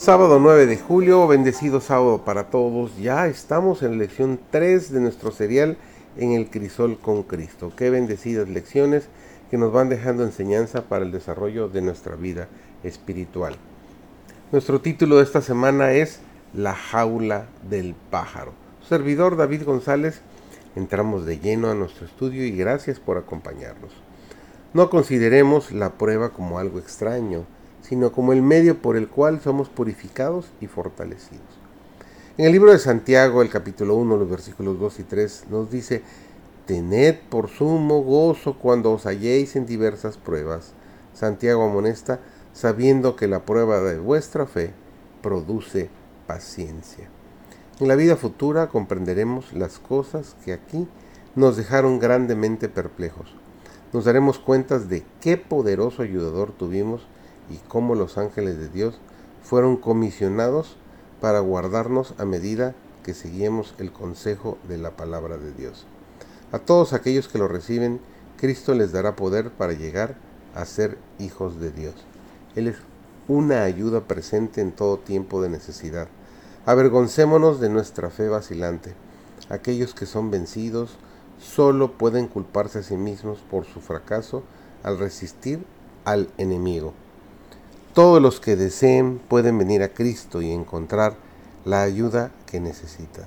Sábado 9 de julio, bendecido sábado para todos. Ya estamos en la lección 3 de nuestro serial En el Crisol con Cristo. Qué bendecidas lecciones que nos van dejando enseñanza para el desarrollo de nuestra vida espiritual. Nuestro título de esta semana es La jaula del pájaro. Servidor David González, entramos de lleno a nuestro estudio y gracias por acompañarnos. No consideremos la prueba como algo extraño, sino como el medio por el cual somos purificados y fortalecidos. En el libro de Santiago, el capítulo 1, los versículos 2 y 3, nos dice: Tened por sumo gozo cuando os halléis en diversas pruebas. Santiago amonesta, sabiendo que la prueba de vuestra fe produce paciencia. En la vida futura comprenderemos las cosas que aquí nos dejaron grandemente perplejos. Nos daremos cuenta de qué poderoso ayudador tuvimos y cómo los ángeles de Dios fueron comisionados para guardarnos a medida que seguimos el consejo de la palabra de Dios. A todos aquellos que lo reciben, Cristo les dará poder para llegar a ser hijos de Dios. Él es una ayuda presente en todo tiempo de necesidad. Avergoncémonos de nuestra fe vacilante. Aquellos que son vencidos solo pueden culparse a sí mismos por su fracaso al resistir al enemigo. Todos los que deseen pueden venir a Cristo y encontrar la ayuda que necesitan.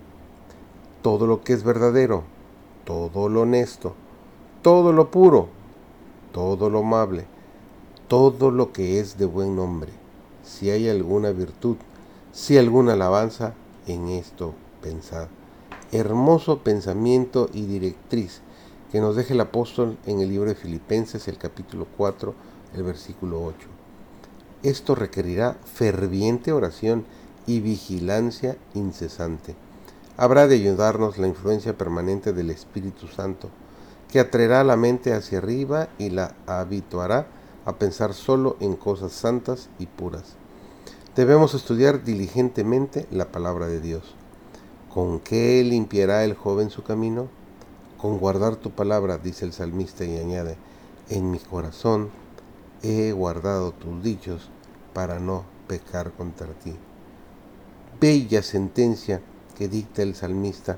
Todo lo que es verdadero, todo lo honesto, todo lo puro, todo lo amable, todo lo que es de buen nombre, si hay alguna virtud, si alguna alabanza, en esto pensad. Hermoso pensamiento y directriz que nos deja el apóstol en el libro de Filipenses, el capítulo 4, el versículo 8. Esto requerirá ferviente oración y vigilancia incesante. Habrá de ayudarnos la influencia permanente del Espíritu Santo, que atraerá la mente hacia arriba y la habituará a pensar solo en cosas santas y puras. Debemos estudiar diligentemente la palabra de Dios. ¿Con qué limpiará el joven su camino? Con guardar tu palabra, dice el salmista, y añade: en mi corazón he guardado tus dichos para no pecar contra ti. Bella sentencia que dicta el salmista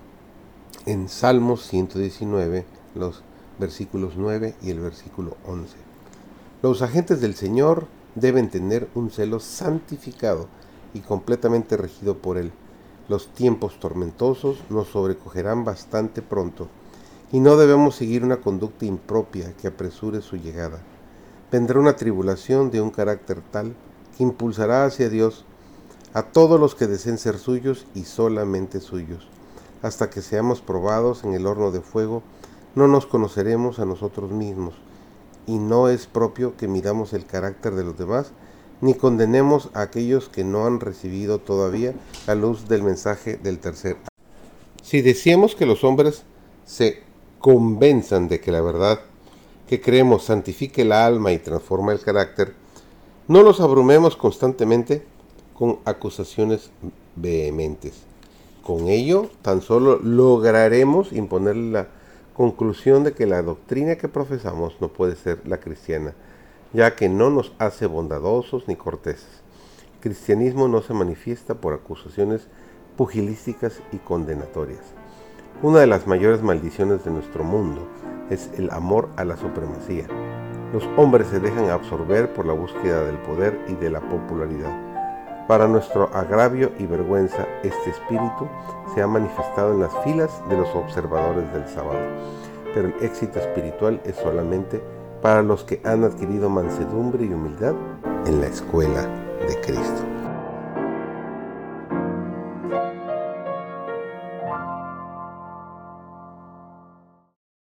en Salmos 119, los versículos 9 y el versículo 11. Los agentes del Señor deben tener un celo santificado y completamente regido por Él. Los tiempos tormentosos nos sobrecogerán bastante pronto y no debemos seguir una conducta impropia que apresure su llegada. Vendrá una tribulación de un carácter tal que impulsará hacia Dios a todos los que deseen ser suyos y solamente suyos. Hasta que seamos probados en el horno de fuego, no nos conoceremos a nosotros mismos, y no es propio que midamos el carácter de los demás, ni condenemos a aquellos que no han recibido todavía la luz del mensaje del tercer acto. Si deseamos que los hombres se convenzan de que la verdad que creemos santifique la alma y transforma el carácter, no los abrumemos constantemente con acusaciones vehementes. Con ello, tan solo lograremos imponer la conclusión de que la doctrina que profesamos no puede ser la cristiana, ya que no nos hace bondadosos ni corteses. El cristianismo no se manifiesta por acusaciones pugilísticas y condenatorias. Una de las mayores maldiciones de nuestro mundo es el amor a la supremacía. Los hombres se dejan absorber por la búsqueda del poder y de la popularidad. Para nuestro agravio y vergüenza, este espíritu se ha manifestado en las filas de los observadores del sábado. Pero el éxito espiritual es solamente para los que han adquirido mansedumbre y humildad en la escuela de Cristo.